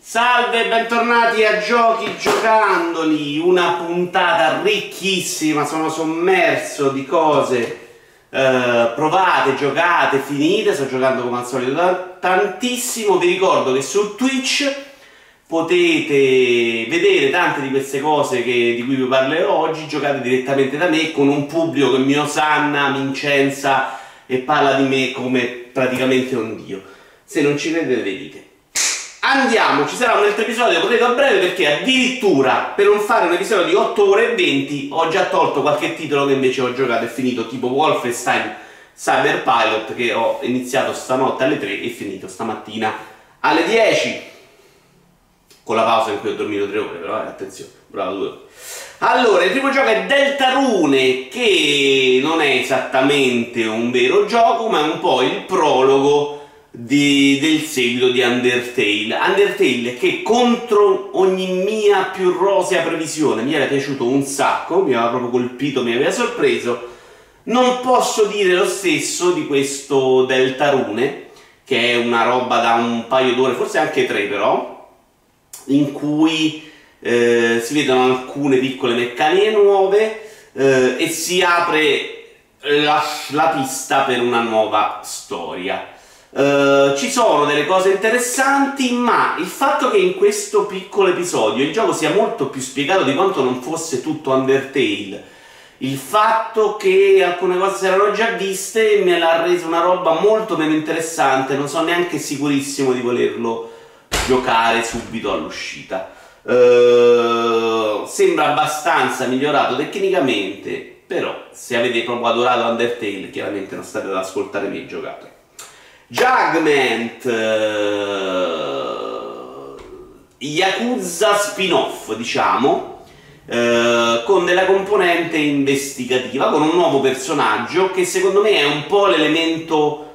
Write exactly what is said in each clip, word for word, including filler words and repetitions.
Salve, bentornati a Giochi Giocandoli, una puntata ricchissima, sono sommerso di cose eh, provate, giocate, finite, sto giocando come al solito da tantissimo. Vi ricordo che su Twitch potete vedere tante di queste cose che, di cui vi parlerò oggi, giocate direttamente da me con un pubblico che mi osanna, mi incensa e parla di me come praticamente un dio. Se non ci credete, vedete. Andiamo, ci sarà un altro episodio, potete a breve, perché addirittura per non fare un episodio di otto ore e venti ho già tolto qualche titolo che invece ho giocato e finito, tipo Wolfenstein Cyberpilot, che ho iniziato stanotte alle tre e finito stamattina alle dieci, con la pausa in cui ho dormito tre ore, però eh, attenzione, bravo, due ore. Allora, il primo gioco è Deltarune, che non è esattamente un vero gioco, ma è un po' il prologo Di, del seguito di Undertale. Undertale che contro ogni mia più rosea previsione mi era piaciuto un sacco, mi aveva proprio colpito, mi aveva sorpreso. Non posso dire lo stesso di questo Deltarune, che è una roba da un paio d'ore, forse anche tre però, in cui eh, si vedono alcune piccole meccaniche nuove eh, e si apre la, la pista per una nuova storia. Uh, ci sono delle cose interessanti, ma il fatto che in questo piccolo episodio il gioco sia molto più spiegato di quanto non fosse tutto Undertale, il fatto che alcune cose si erano già viste me l'ha reso una roba molto meno interessante. Non sono neanche sicurissimo di volerlo giocare subito all'uscita. Uh, sembra abbastanza migliorato tecnicamente, però se avete proprio adorato Undertale chiaramente non state ad ascoltare me e giocate. Judgment, uh, Yakuza spin-off, diciamo, uh, con della componente investigativa, con un nuovo personaggio che secondo me è un po' l'elemento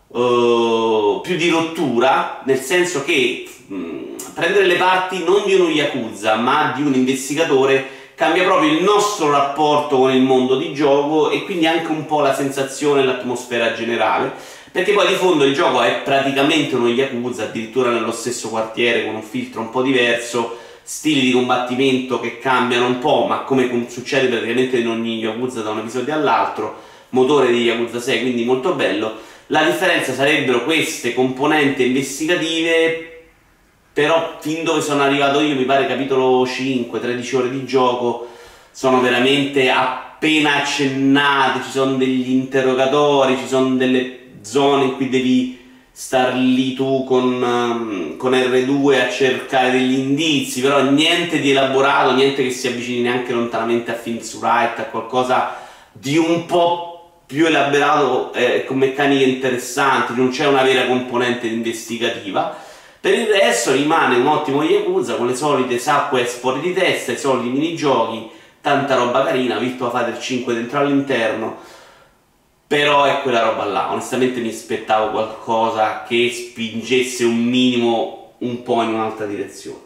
uh, più di rottura, nel senso che mh, prendere le parti non di uno Yakuza ma di un investigatore cambia proprio il nostro rapporto con il mondo di gioco e quindi anche un po' la sensazione e l'atmosfera generale. Perché poi di fondo il gioco è praticamente uno Yakuza, addirittura nello stesso quartiere, con un filtro un po' diverso, stili di combattimento che cambiano un po', ma come succede praticamente in ogni Yakuza da un episodio all'altro, motore di Yakuza sei, quindi molto bello. La differenza sarebbero queste componenti investigative, però fin dove sono arrivato io, mi pare capitolo cinque, tredici ore di gioco, sono veramente appena accennate, ci sono degli interrogatori, ci sono delle zone in cui devi star lì tu con, um, con erre due a cercare degli indizi, però niente di elaborato, niente che si avvicini neanche lontanamente a Phoenix Wright, a qualcosa di un po' più elaborato eh, con meccaniche interessanti. Non c'è una vera componente investigativa. Per il resto rimane un ottimo Yakuza con le solite subquest fuori di testa, i soliti minigiochi, tanta roba carina, Virtua Fighter cinque dentro all'interno. Però è quella roba là, onestamente mi aspettavo qualcosa che spingesse un minimo un po' in un'altra direzione.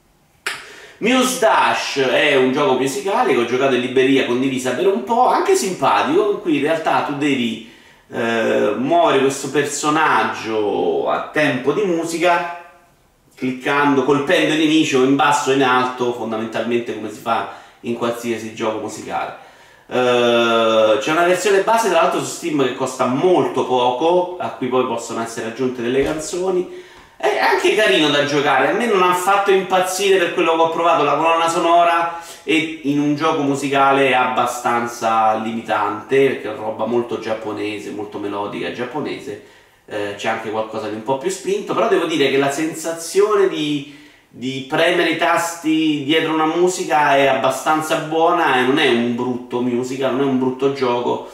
Muse Dash è un gioco musicale che ho giocato in libreria condivisa per un po', anche simpatico, in cui in realtà tu devi eh, muovere questo personaggio a tempo di musica, cliccando, colpendo i nemici o in basso o in alto, fondamentalmente come si fa in qualsiasi gioco musicale. Uh, c'è una versione base tra l'altro su Steam che costa molto poco, a cui poi possono essere aggiunte delle canzoni. È anche carino da giocare, a me non ha fatto impazzire per quello che ho provato. La colonna sonora e in un gioco musicale è abbastanza limitante, perché è roba molto giapponese, molto melodica giapponese. Uh, c'è anche qualcosa di un po' più spinto, però devo dire che la sensazione di di premere i tasti dietro una musica è abbastanza buona e non è un brutto musical, non è un brutto gioco,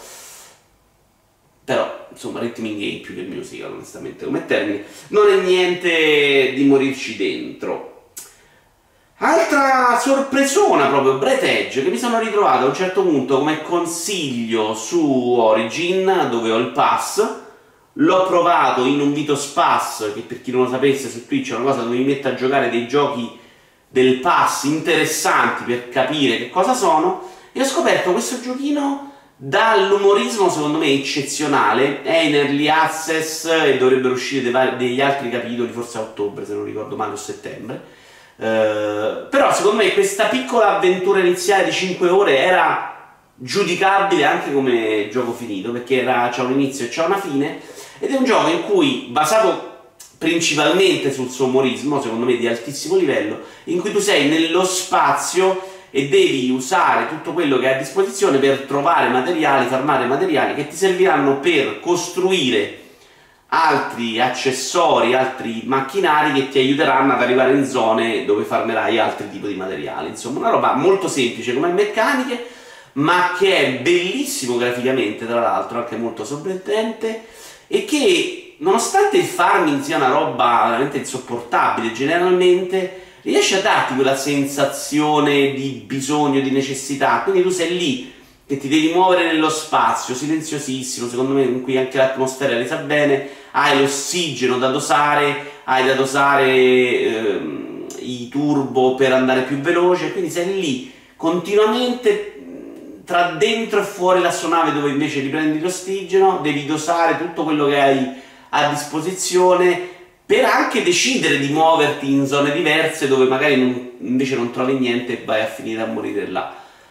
però insomma rhythm game più che musical onestamente come termine, non è niente di morirci dentro. Altra sorpresona proprio, Breath Edge, che mi sono ritrovato a un certo punto come consiglio su Origin, dove ho il pass. L'ho provato in un Vitos Pass, che per chi non lo sapesse su Twitch è una cosa dove mi metto a giocare dei giochi del pass interessanti per capire che cosa sono, e ho scoperto questo giochino dall'umorismo secondo me eccezionale, è in early access e dovrebbero uscire dei, degli altri capitoli forse a ottobre, se non ricordo male, o settembre. Uh, però secondo me questa piccola avventura iniziale di cinque ore era giudicabile anche come gioco finito, perché c'ha un inizio e c'ha una fine, ed è un gioco in cui, basato principalmente sul suo umorismo, secondo me di altissimo livello, in cui tu sei nello spazio e devi usare tutto quello che hai a disposizione per trovare materiali, farmare materiali che ti serviranno per costruire altri accessori, altri macchinari che ti aiuteranno ad arrivare in zone dove farmerai altri tipi di materiali. Insomma, una roba molto semplice come meccaniche, ma che è bellissimo graficamente, tra l'altro anche molto sorprendente, e che nonostante il farming sia una roba veramente insopportabile generalmente, riesce a darti quella sensazione di bisogno, di necessità. Quindi tu sei lì che ti devi muovere nello spazio, silenziosissimo, secondo me, in cui anche l'atmosfera è resa bene, hai l'ossigeno da dosare, hai da dosare ehm, i turbo per andare più veloce, quindi sei lì continuamente tra dentro e fuori l'astronave, dove invece riprendi l'ossigeno, devi dosare tutto quello che hai a disposizione per anche decidere di muoverti in zone diverse dove magari non, invece non trovi niente e vai a finire a morire là.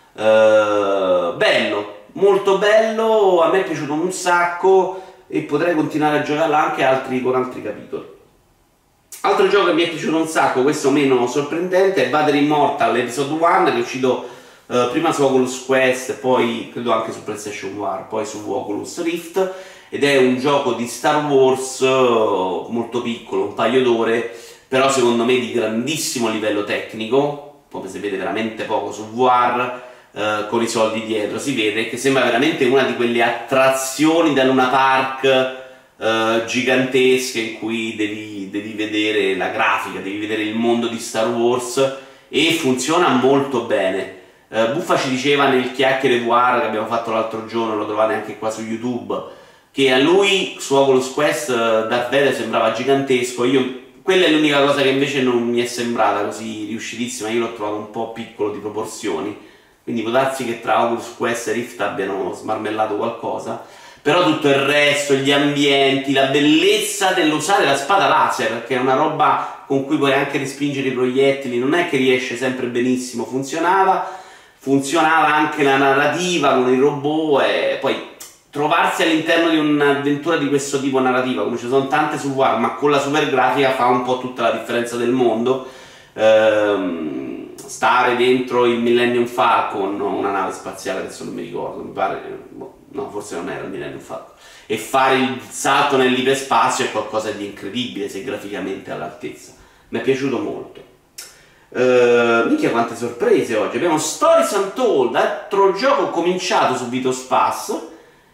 Uh, bello, molto bello, a me è piaciuto un sacco e potrei continuare a giocarlo anche altri, con altri capitoli. Altro gioco che mi è piaciuto un sacco, questo meno sorprendente, è Vader Immortal Episode uno, che è uscito uh, prima su Oculus Quest e poi credo anche su PlayStation V R, poi su Oculus Rift, ed è un gioco di Star Wars uh, molto piccolo, un paio d'ore, però secondo me di grandissimo livello tecnico, come si vede veramente poco su V R, uh, con i soldi dietro, si vede che sembra veramente una di quelle attrazioni da Luna Park uh, gigantesche, in cui devi, devi vedere la grafica, devi vedere il mondo di Star Wars, e funziona molto bene. Uh, Buffa ci diceva nel chiacchiere V R che abbiamo fatto l'altro giorno, lo trovate anche qua su YouTube, che a lui su Oculus Quest uh, Darth Vader sembrava gigantesco. Io, quella è l'unica cosa che invece non mi è sembrata così riuscitissima, io l'ho trovato un po' piccolo di proporzioni, quindi può darsi che tra Oculus Quest e Rift abbiano smarmellato qualcosa, però tutto il resto, gli ambienti, la bellezza dell'usare la spada laser, che è una roba con cui puoi anche respingere i proiettili, non è che riesce sempre benissimo, funzionava, funzionava anche la narrativa con i robot, e poi trovarsi all'interno di un'avventura di questo tipo narrativa, come ci sono tante su V R, ma con la super grafica fa un po' tutta la differenza del mondo. Ehm, stare dentro il Millennium Falcon, una nave spaziale, adesso non mi ricordo, mi pare, no, forse non era il Millennium Falcon, e fare il salto nell'iperspazio è qualcosa di incredibile se graficamente all'altezza. Mi è piaciuto molto. Uh, minchia quante sorprese oggi. Abbiamo Stories Untold, altro gioco cominciato su Vitospace,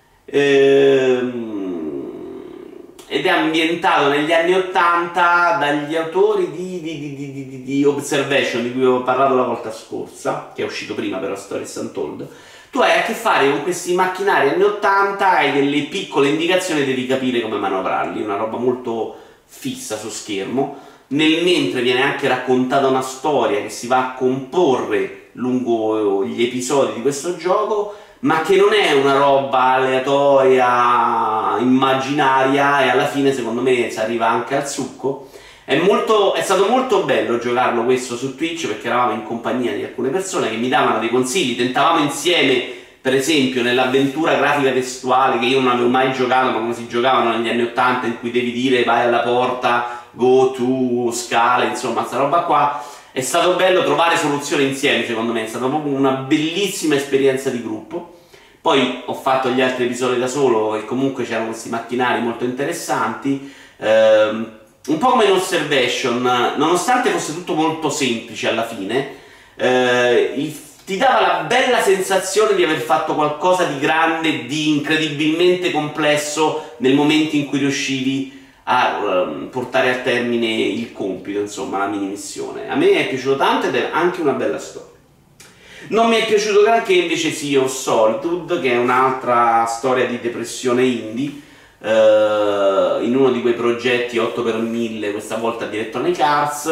ehm, ed è ambientato negli anni ottanta dagli autori di, di, di, di, di, di Observation, di cui ho parlato la volta scorsa, che è uscito prima però Stories Untold. Tu hai a che fare con questi macchinari anni ottanta, hai delle piccole indicazioni e devi capire come manovrarli, una roba molto fissa su schermo. Nel mentre viene anche raccontata una storia che si va a comporre lungo gli episodi di questo gioco, ma che non è una roba aleatoria, immaginaria, e alla fine secondo me si arriva anche al succo. È, molto, è stato molto bello giocarlo questo su Twitch, perché eravamo in compagnia di alcune persone che mi davano dei consigli, tentavamo insieme, per esempio nell'avventura grafica testuale, che io non avevo mai giocato, ma come si giocavano negli anni ottanta, in cui devi dire vai alla porta, go to, scale, insomma sta roba qua. È stato bello trovare soluzioni insieme, secondo me è stata proprio una bellissima esperienza di gruppo. Poi ho fatto gli altri episodi da solo e comunque c'erano questi macchinari molto interessanti, ehm, un po' come in Observation, nonostante fosse tutto molto semplice alla fine, eh, il, ti dava la bella sensazione di aver fatto qualcosa di grande, di incredibilmente complesso nel momento in cui riuscivi a um, portare a termine il compito, insomma la mini missione. A me è piaciuto tanto ed è anche una bella storia. Non mi è piaciuto granché invece Sea of Solitude, che è un'altra storia di depressione indie, uh, in uno di quei progetti otto per mille, questa volta di Electronic Arts,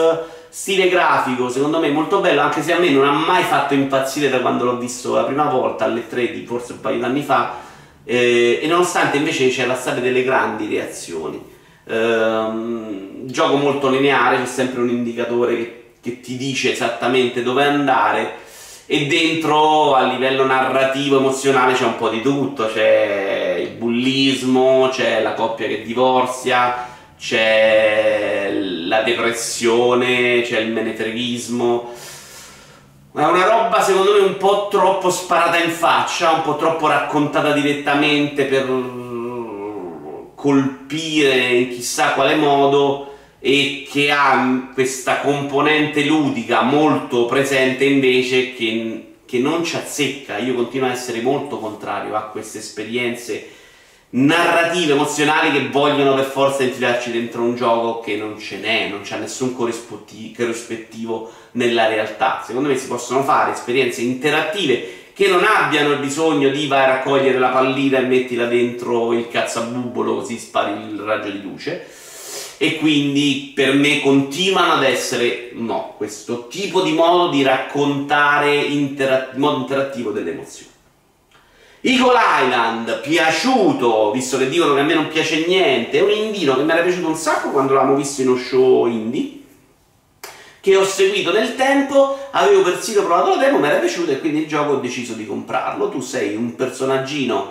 stile grafico secondo me molto bello, anche se a me non ha mai fatto impazzire da quando l'ho visto la prima volta alle tre di forse un paio di anni fa, eh, e nonostante invece c'erano state delle grandi reazioni. Ehm, gioco molto lineare, c'è sempre un indicatore che, che ti dice esattamente dove andare, e dentro a livello narrativo emozionale c'è un po' di tutto, c'è il bullismo, c'è la coppia che divorzia, c'è la depressione, c'è il menefreghismo. È una roba secondo me un po' troppo sparata in faccia, un po' troppo raccontata direttamente per colpire in chissà quale modo, e che ha questa componente ludica molto presente invece che, che non ci azzecca. Io continuo a essere molto contrario a queste esperienze narrative, emozionali che vogliono per forza infilarci dentro un gioco che non ce n'è, non c'ha nessun corrispettivo nella realtà. Secondo me si possono fare esperienze interattive che non abbiano il bisogno di vai a raccogliere la pallina e mettila dentro il cazzabubbolo così spari il raggio di luce, e quindi per me continuano ad essere no, questo tipo di modo di raccontare intera- in modo interattivo delle emozioni. Eagle Island, piaciuto, visto che dicono che a me non piace niente, è un indino che mi era piaciuto un sacco quando l'avevamo visto in uno show indie, che ho seguito nel tempo, avevo persino provato la demo, mi era piaciuto e quindi il gioco ho deciso di comprarlo. Tu sei un personaggino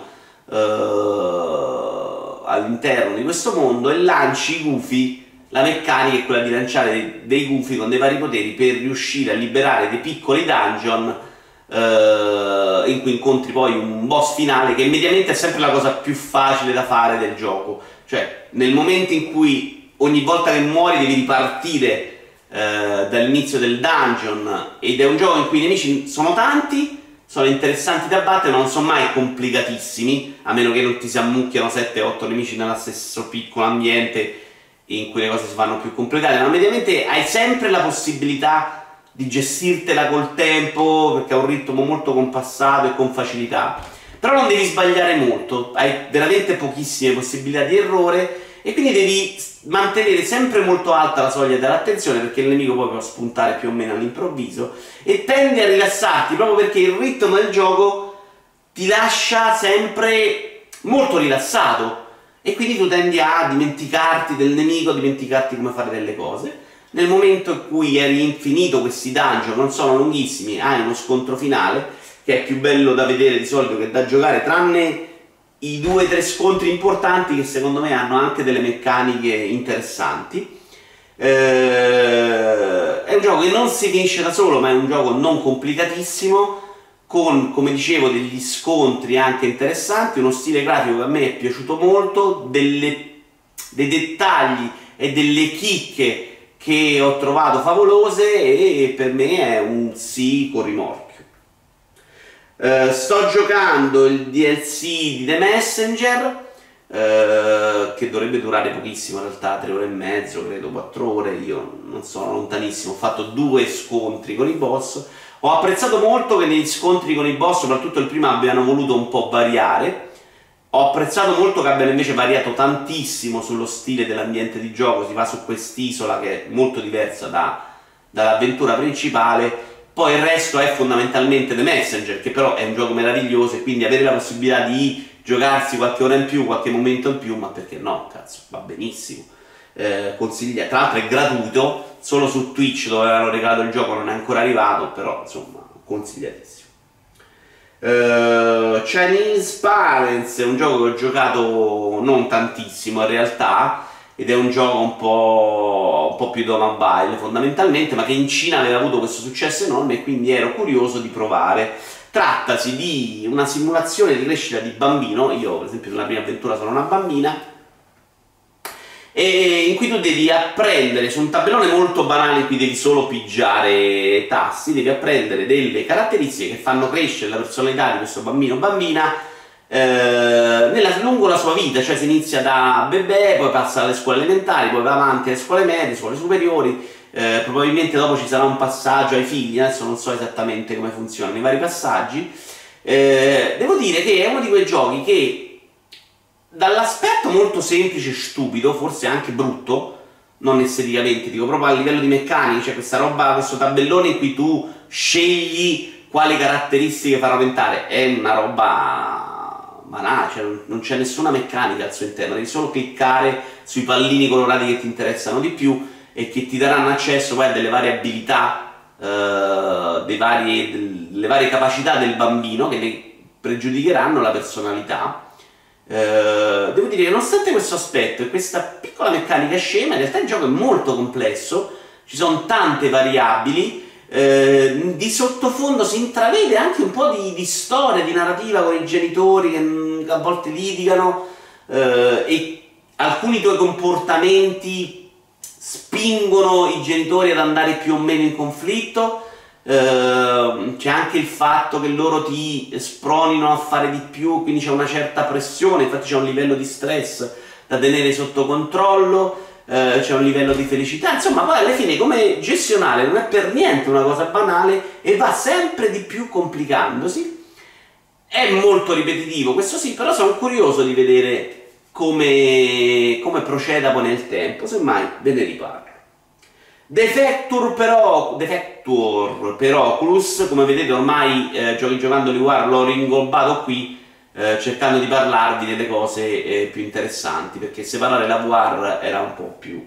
uh, all'interno di questo mondo e lanci i gufi. La meccanica è quella di lanciare dei, dei gufi con dei vari poteri per riuscire a liberare dei piccoli dungeon uh, in cui incontri poi un boss finale, che mediamente è sempre la cosa più facile da fare del gioco. Cioè nel momento in cui ogni volta che muori devi ripartire Uh, dall'inizio del dungeon, ed è un gioco in cui i nemici sono tanti, sono interessanti da battere, ma non sono mai complicatissimi, a meno che non ti si ammucchiano sette otto nemici nello stesso piccolo ambiente in cui le cose si fanno più complicate, ma mediamente hai sempre la possibilità di gestirtela col tempo, perché ha un ritmo molto compassato e con facilità. Però non devi sbagliare molto, hai veramente pochissime possibilità di errore, e quindi devi mantenere sempre molto alta la soglia dell'attenzione, perché il nemico poi può spuntare più o meno all'improvviso, e tendi a rilassarti proprio perché il ritmo del gioco ti lascia sempre molto rilassato, e quindi tu tendi a dimenticarti del nemico, a dimenticarti come fare delle cose. Nel momento in cui hai infinito questi dungeon, non sono lunghissimi, hai uno scontro finale che è più bello da vedere di solito che da giocare, tranne i due o tre scontri importanti che secondo me hanno anche delle meccaniche interessanti. Eh, è un gioco che non si finisce da solo, ma è un gioco non complicatissimo, con, come dicevo, degli scontri anche interessanti, uno stile grafico che a me è piaciuto molto, delle, dei dettagli e delle chicche che ho trovato favolose, e per me è un sì con rimorchio. Uh, sto giocando il D L C di The Messenger, uh, che dovrebbe durare pochissimo, in realtà tre ore e mezzo, credo quattro ore, io non sono lontanissimo, ho fatto due scontri con i boss. Ho apprezzato molto che negli scontri con i boss, soprattutto il primo, abbiano voluto un po' variare. Ho apprezzato molto che abbiano invece variato tantissimo sullo stile dell'ambiente di gioco, si va su quest'isola che è molto diversa da, dall'avventura principale. Poi il resto è fondamentalmente The Messenger, che però è un gioco meraviglioso, e quindi avere la possibilità di giocarsi qualche ora in più, qualche momento in più, ma perché no, cazzo, va benissimo. Eh, consigliato, tra l'altro è gratuito, solo su Twitch dove avevano regalato il gioco non è ancora arrivato, però insomma, consigliatissimo. Uh, Chinese Parents è un gioco che ho giocato non tantissimo in realtà, ed è un gioco un po', un po' più da mobile fondamentalmente, ma che in Cina aveva avuto questo successo enorme e quindi ero curioso di provare. Trattasi di una simulazione di crescita di bambino, io per esempio nella prima avventura sono una bambina, e in cui tu devi apprendere su un tabellone molto banale in cui devi solo pigiare tasti, devi apprendere delle caratteristiche che fanno crescere la personalità di questo bambino o bambina eh, nella, lungo la sua vita, cioè si inizia da bebè, poi passa alle scuole elementari, poi va avanti alle scuole medie, scuole superiori, eh, probabilmente dopo ci sarà un passaggio ai figli, adesso non so esattamente come funzionano i vari passaggi. Eh, devo dire che è uno di quei giochi che dall'aspetto molto semplice e stupido, forse anche brutto, non esteticamente, dico proprio a livello di meccanica, cioè questa roba, questo tabellone in cui tu scegli quali caratteristiche far aumentare, è una roba banale, cioè non c'è nessuna meccanica al suo interno, devi solo cliccare sui pallini colorati che ti interessano di più e che ti daranno accesso poi a delle varie abilità, eh, dei vari, delle varie capacità del bambino che ne pregiudicheranno la personalità. Uh, devo dire che nonostante questo aspetto e questa piccola meccanica scema, in realtà il gioco è molto complesso, ci sono tante variabili, uh, di sottofondo si intravede anche un po' di, di storia, di narrativa con i genitori che, che a volte litigano, uh, e alcuni tuoi comportamenti spingono i genitori ad andare più o meno in conflitto. Uh, c'è anche il fatto che loro ti spronino a fare di più, quindi c'è una certa pressione, infatti c'è un livello di stress da tenere sotto controllo, uh, c'è un livello di felicità, insomma poi alla fine come gestionale non è per niente una cosa banale e va sempre di più complicandosi. È molto ripetitivo, questo sì, però sono curioso di vedere come, come proceda poi nel tempo, semmai ve ne riparlo. Defector per, Defector per Oculus, come vedete ormai eh, giochi giocando di War l'ho ringolbato qui, eh, cercando di parlarvi delle cose eh, più interessanti, perché separare la V R era un po' più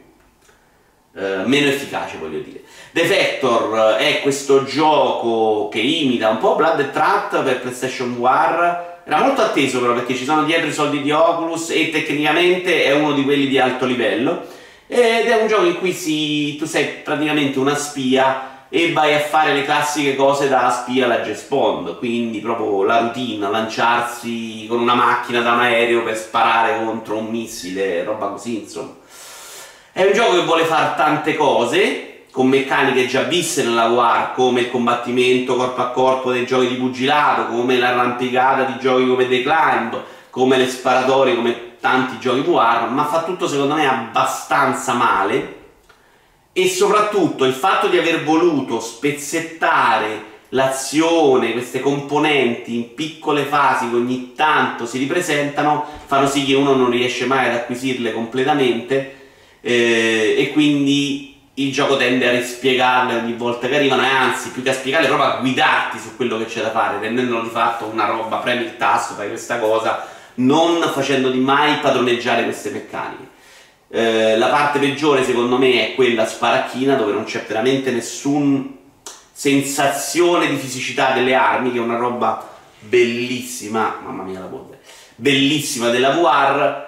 eh, meno efficace, voglio dire. Defector è questo gioco che imita un po' Blood and Truth per PlayStation V R, era molto atteso però perché ci sono dietro i soldi di Oculus e tecnicamente è uno di quelli di alto livello. Ed è un gioco in cui si, tu sei praticamente una spia e vai a fare le classiche cose da spia alla James Bond, quindi proprio la routine, lanciarsi con una macchina da un aereo per sparare contro un missile, roba così, insomma. È un gioco che vuole fare tante cose, con meccaniche già viste nella V R, come il combattimento corpo a corpo dei giochi di pugilato, come l'arrampicata di giochi come The Climb, come le sparatorie, come tanti giochi V R, ma fa tutto secondo me abbastanza male, e soprattutto il fatto di aver voluto spezzettare l'azione, queste componenti in piccole fasi che ogni tanto si ripresentano, fanno sì che uno non riesce mai ad acquisirle completamente, eh, e quindi il gioco tende a rispiegarle ogni volta che arrivano, e anzi più che a spiegarle proprio a guidarti su quello che c'è da fare, rendendolo di fatto una roba, premi il tasto, fai questa cosa, non facendoti mai padroneggiare queste meccaniche. Eh, la parte peggiore secondo me è quella sparacchina, dove non c'è veramente nessuna sensazione di fisicità delle armi, che è una roba bellissima, mamma mia la polvere, bellissima della V R,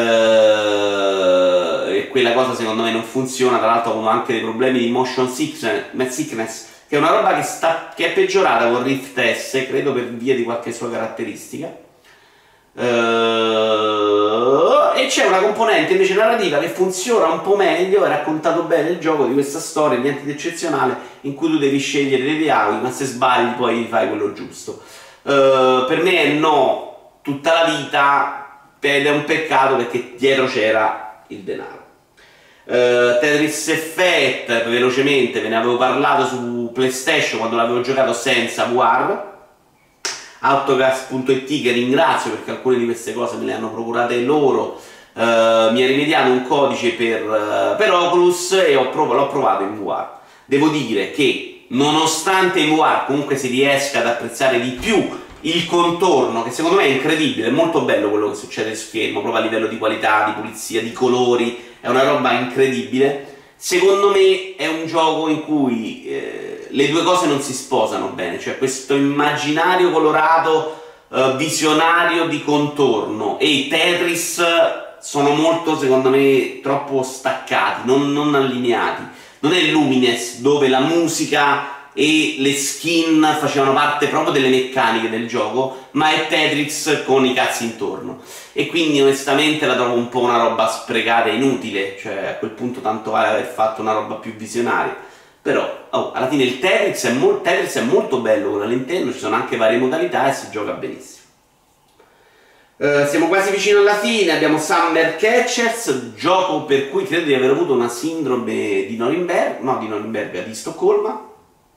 eh, e quella cosa secondo me non funziona. Tra l'altro ho avuto anche dei problemi di motion sickness, che è una roba che, sta, che è peggiorata con Rift S, credo per via di qualche sua caratteristica. Uh, e c'è una componente invece narrativa che funziona un po' meglio, è raccontato bene il gioco di questa storia, niente di eccezionale, in cui tu devi scegliere dei dialoghi, ma se sbagli poi fai quello giusto. Uh, per me è no tutta la vita, ed è un peccato perché dietro c'era il denaro. Uh, Tetris Effect, velocemente ve ne avevo parlato su PlayStation quando l'avevo giocato senza V R. Autogas punto it, che ringrazio perché alcune di queste cose me le hanno procurate loro, uh, mi ha rimediato un codice per, uh, per Oculus e l'ho prov provato in V R. Devo dire che nonostante in V R comunque si riesca ad apprezzare di più il contorno, che secondo me è incredibile, è molto bello quello che succede su schermo, proprio a livello di qualità, di pulizia, di colori, è una roba incredibile. Secondo me è un gioco in cui eh, le due cose non si sposano bene, cioè questo immaginario colorato, eh, visionario di contorno, e Tetris sono molto, secondo me, troppo staccati, non, non allineati. Non è Lumines, dove la musica e le skin facevano parte proprio delle meccaniche del gioco, ma è Tetris con i cazzi intorno, e quindi onestamente la trovo un po' una roba sprecata e inutile, cioè a quel punto tanto vale aver fatto una roba più visionaria. Però oh, alla fine il Tetris è, mo Tetris è molto bello con all'interno, ci sono anche varie modalità e si gioca benissimo. Uh, siamo quasi vicino alla fine, abbiamo Summer Catchers, gioco per cui credo di aver avuto una sindrome di Norimberga, no di Norimberga, di Stoccolma.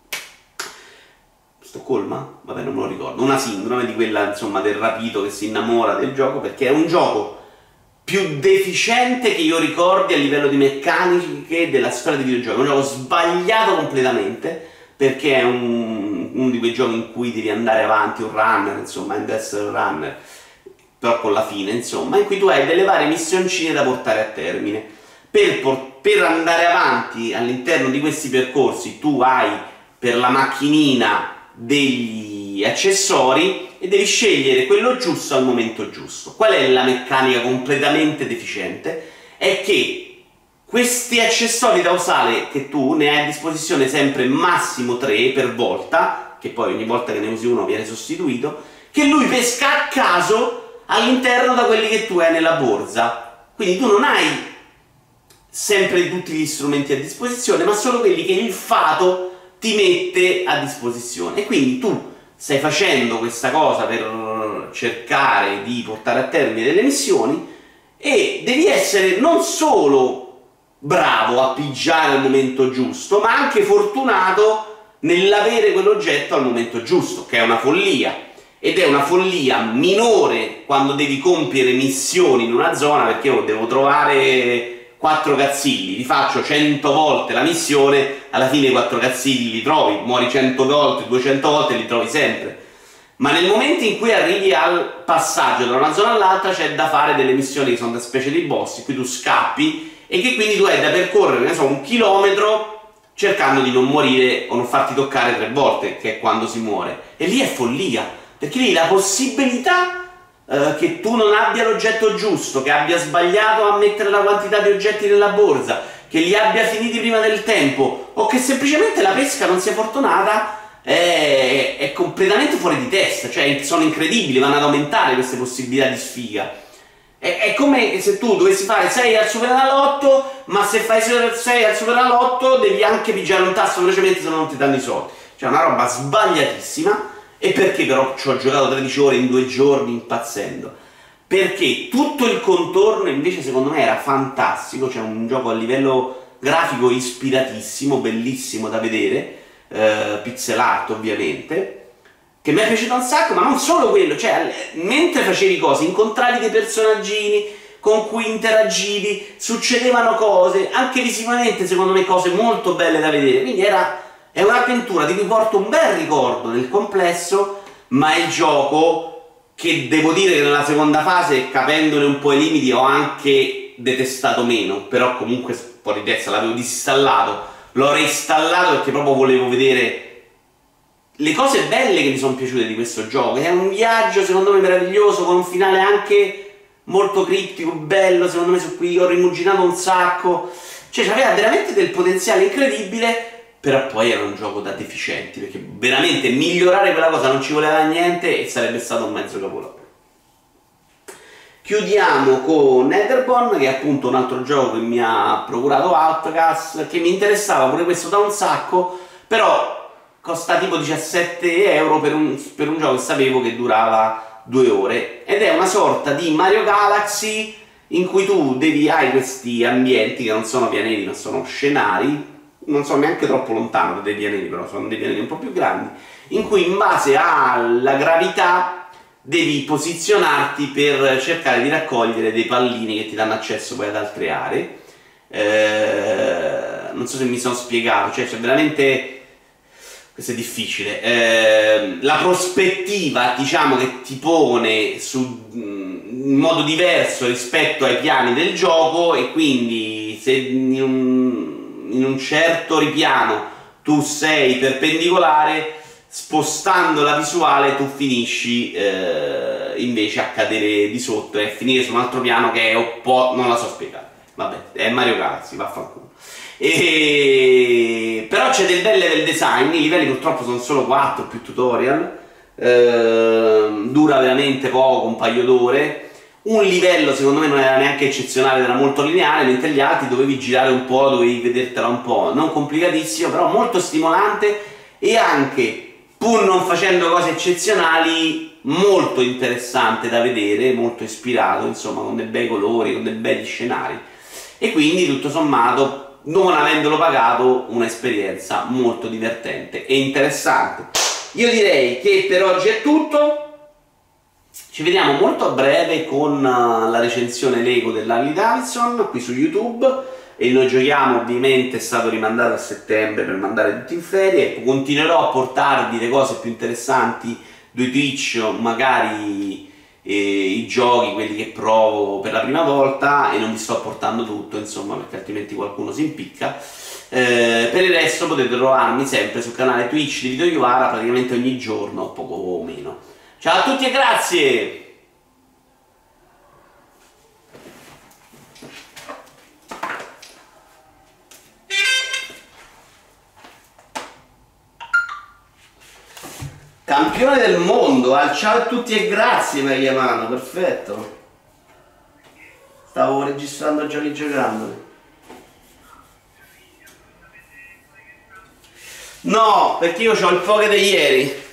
Stoccolma? Vabbè, non me lo ricordo. Una sindrome di quella, insomma, del rapito che si innamora del gioco, perché è un gioco più deficiente che io ricordi a livello di meccaniche della storia dei videogiochi. Un gioco sbagliato completamente, perché è un, uno di quei giochi in cui devi andare avanti, un runner, insomma, un essere runner, però con la fine, insomma, in cui tu hai delle varie missioncine da portare a termine. Per, per andare avanti all'interno di questi percorsi tu hai per la macchinina degli accessori e devi scegliere quello giusto al momento giusto. Qual è la meccanica completamente deficiente? È che questi accessori da usare, che tu ne hai a disposizione sempre massimo tre per volta, che poi ogni volta che ne usi uno viene sostituito, che lui pesca a caso all'interno da quelli che tu hai nella borsa. Quindi tu non hai sempre tutti gli strumenti a disposizione, ma solo quelli che il fato ti mette a disposizione. E quindi tu stai facendo questa cosa per cercare di portare a termine delle missioni e devi essere non solo bravo a pigiare al momento giusto, ma anche fortunato nell'avere quell'oggetto al momento giusto, che è una follia. Ed è una follia minore quando devi compiere missioni in una zona, perché io devo trovare quattro cazzilli, ti faccio cento volte la missione, alla fine i quattro cazzilli li trovi, muori cento volte, duecento volte li trovi sempre. Ma nel momento in cui arrivi al passaggio da una zona all'altra c'è da fare delle missioni che sono da specie di boss, in cui tu scappi e che quindi tu hai da percorrere, ne so, un chilometro cercando di non morire o non farti toccare tre volte, che è quando si muore. E lì è follia, perché lì la possibilità Uh, che tu non abbia l'oggetto giusto, che abbia sbagliato a mettere la quantità di oggetti nella borsa, che li abbia finiti prima del tempo, o che semplicemente la pesca non sia fortunata, è, è completamente fuori di testa. Cioè sono incredibili, vanno ad aumentare queste possibilità di sfiga. È, è come se tu dovessi fare sei al Superenalotto, ma se fai sei al Superenalotto devi anche pigiare un tasto velocemente, se no non ti danno i soldi. Cioè una roba sbagliatissima. E perché però ci ho giocato tredici ore in due giorni impazzendo? Perché tutto il contorno invece secondo me era fantastico, cioè un gioco a livello grafico ispiratissimo, bellissimo da vedere, eh, pixel art ovviamente, che mi è piaciuto un sacco, ma non solo quello, cioè mentre facevi cose, incontravi dei personaggini con cui interagivi, succedevano cose, anche visivamente secondo me cose molto belle da vedere, quindi era... È un'avventura di cui porto un bel ricordo nel complesso, ma è il gioco che devo dire che nella seconda fase, capendone un po' i limiti, ho anche detestato meno, però comunque un po' di testa l'avevo disinstallato, l'ho reinstallato perché proprio volevo vedere le cose belle che mi sono piaciute di questo gioco. È un viaggio secondo me meraviglioso, con un finale anche molto criptico, bello, secondo me su cui ho rimuginato un sacco, cioè aveva veramente del potenziale incredibile. Però poi era un gioco da deficienti, perché veramente migliorare quella cosa non ci voleva niente e sarebbe stato un mezzo capolavoro. Chiudiamo con Netherborn, che è appunto un altro gioco che mi ha procurato Outcast, che mi interessava pure questo da un sacco, però costa tipo diciassette euro per un, per un gioco che sapevo che durava due ore, ed è una sorta di Mario Galaxy in cui tu devi, hai questi ambienti che non sono pianeti ma sono scenari, non sono neanche troppo lontano da dei pianeti, però sono dei pianeti un po' più grandi, in cui in base alla gravità devi posizionarti per cercare di raccogliere dei pallini che ti danno accesso poi ad altre aree. Eh, non so se mi sono spiegato, cioè c'è veramente... questo è difficile. Eh, la prospettiva, diciamo, che ti pone su, in modo diverso rispetto ai piani del gioco, e quindi se in un... in un certo ripiano tu sei perpendicolare, spostando la visuale tu finisci eh, invece a cadere di sotto e a finire su un altro piano che è un po'... non la so spiegare, vabbè, è Mario Galaxy, vaffanculo. E... però c'è del bel level design, i livelli purtroppo sono solo quattro più tutorial, eh, dura veramente poco, un paio d'ore. Un livello secondo me non era neanche eccezionale, era molto lineare, mentre gli altri dovevi girare un po', dovevi vedertela un po', non complicatissimo, però molto stimolante, e anche, pur non facendo cose eccezionali, molto interessante da vedere, molto ispirato, insomma, con dei bei colori, con dei belli scenari, e quindi tutto sommato, non avendolo pagato, un'esperienza molto divertente e interessante. Io direi che per oggi è tutto. Ci vediamo molto a breve con la recensione Lego dell'Harley Davidson qui su YouTube, e noi giochiamo, ovviamente è stato rimandato a settembre per mandare tutti in ferie. Continuerò a portarvi le cose più interessanti due Twitch, magari eh, i giochi, quelli che provo per la prima volta, e non vi sto portando tutto, insomma, perché altrimenti qualcuno si impicca. Eh, per il resto potete trovarmi sempre sul canale Twitch di Vito Iovara praticamente ogni giorno, poco o meno. Ciao a tutti e grazie! Campione del mondo, ah, ciao a tutti e grazie mi hai chiamato, perfetto. Stavo registrando giochi giocando. No, perché io ho il poke di ieri.